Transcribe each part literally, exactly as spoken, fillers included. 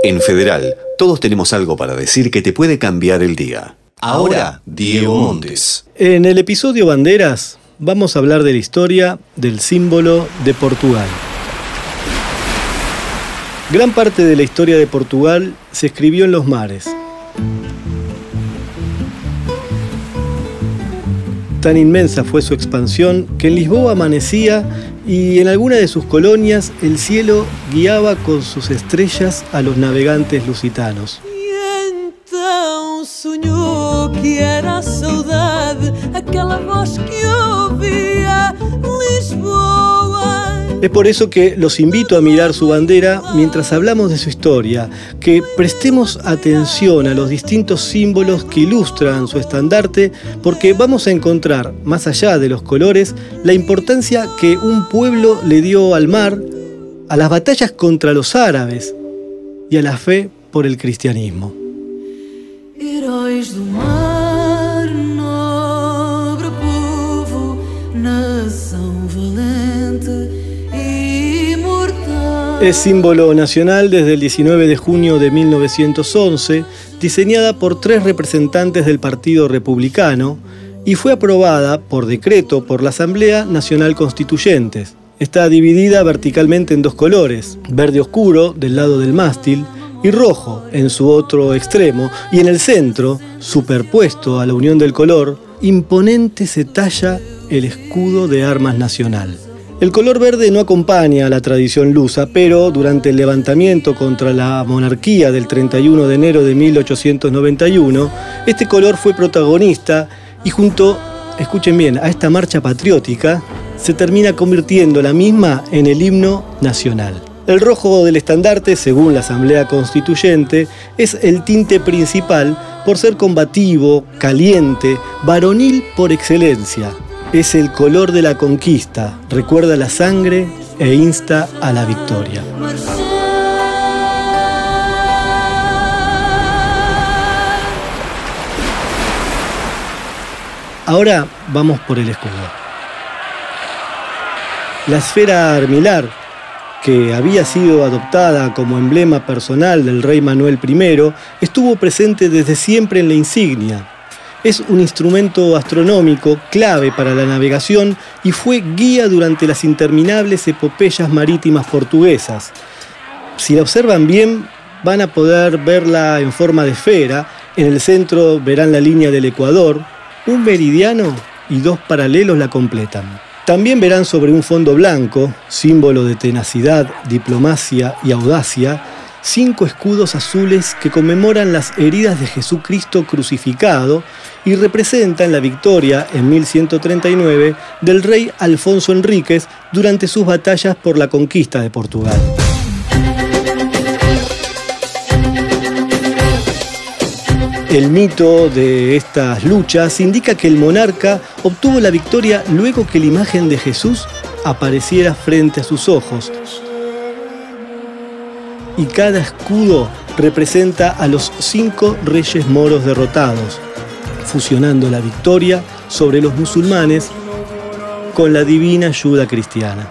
En Federal, todos tenemos algo para decir que te puede cambiar el día. Ahora, Diego Montes. En el episodio Banderas, vamos a hablar de la historia del símbolo de Portugal. Gran parte de la historia de Portugal se escribió en los mares. Tan inmensa fue su expansión que en Lisboa amanecía y en alguna de sus colonias el cielo guiaba con sus estrellas a los navegantes lusitanos. E então sonhou que era a saudade, aquela voz que ouvia Lisboa. Es por eso que los invito a mirar su bandera mientras hablamos de su historia, que prestemos atención a los distintos símbolos que ilustran su estandarte, porque vamos a encontrar, más allá de los colores, la importancia que un pueblo le dio al mar, a las batallas contra los árabes y a la fe por el cristianismo. Heróis do mar, nobre povo, nação valente. Es símbolo nacional desde el diecinueve de junio de mil novecientos once, diseñada por tres representantes del Partido Republicano y fue aprobada por decreto por la Asamblea Nacional Constituyente. Está dividida verticalmente en dos colores, verde oscuro del lado del mástil y rojo en su otro extremo, y en el centro, superpuesto a la unión del color, imponente se talla el escudo de armas nacional. El color verde no acompaña a la tradición lusa, pero durante el levantamiento contra la monarquía del treinta y uno de enero de mil ochocientos noventa y uno, este color fue protagonista y junto, escuchen bien, a esta marcha patriótica, se termina convirtiendo la misma en el himno nacional. El rojo del estandarte, según la Asamblea Constituyente, es el tinte principal por ser combativo, caliente, varonil por excelencia. Es el color de la conquista, recuerda la sangre e insta a la victoria. Ahora vamos por el escudo. La esfera armilar, que había sido adoptada como emblema personal del rey Manuel primero, estuvo presente desde siempre en la insignia. Es un instrumento astronómico clave para la navegación y fue guía durante las interminables epopeyas marítimas portuguesas. Si la observan bien, van a poder verla en forma de esfera. En el centro verán la línea del Ecuador, un meridiano y dos paralelos la completan. También verán sobre un fondo blanco, símbolo de tenacidad, diplomacia y audacia, cinco escudos azules que conmemoran las heridas de Jesucristo crucificado y representan la victoria en mil ciento treinta y nueve del rey Alfonso Enríquez durante sus batallas por la conquista de Portugal. El mito de estas luchas indica que el monarca obtuvo la victoria luego que la imagen de Jesús apareciera frente a sus ojos. Y cada escudo representa a los cinco reyes moros derrotados, fusionando la victoria sobre los musulmanes con la divina ayuda cristiana.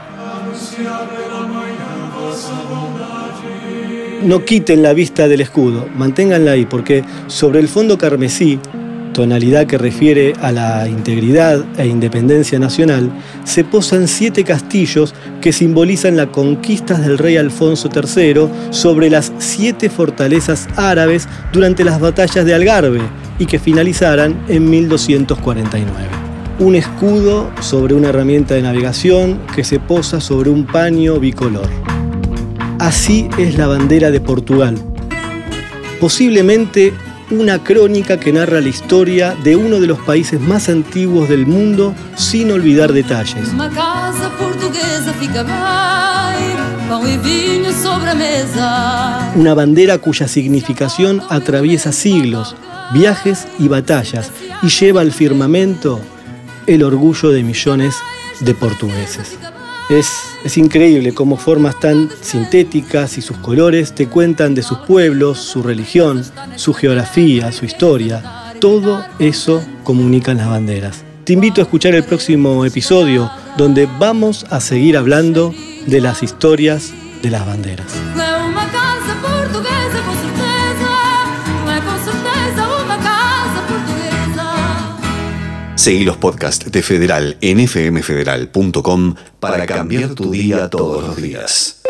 No quiten la vista del escudo, manténganla ahí, porque sobre el fondo carmesí, tonalidad que refiere a la integridad e independencia nacional, se posan siete castillos que simbolizan las conquistas del rey Alfonso tercero sobre las siete fortalezas árabes durante las batallas de Algarve y que finalizaran en mil doscientos cuarenta y nueve. Un escudo sobre una herramienta de navegación que se posa sobre un paño bicolor. Así es la bandera de Portugal. Posiblemente una crónica que narra la historia de uno de los países más antiguos del mundo sin olvidar detalles. Uma casa portuguesa fica bem, pão e vinho sobre a mesa. Una bandera cuya significación atraviesa siglos, viajes y batallas y lleva al firmamento el orgullo de millones de portugueses. Es, es increíble cómo formas tan sintéticas y sus colores te cuentan de sus pueblos, su religión, su geografía, su historia. Todo eso comunican las banderas. Te invito a escuchar el próximo episodio donde vamos a seguir hablando de las historias de las banderas. Não é uma casa portuguesa, com certeza. Não é com certeza uma casa portuguesa. Seguí los podcasts de Federal en f m federal punto com para cambiar tu día todos los días.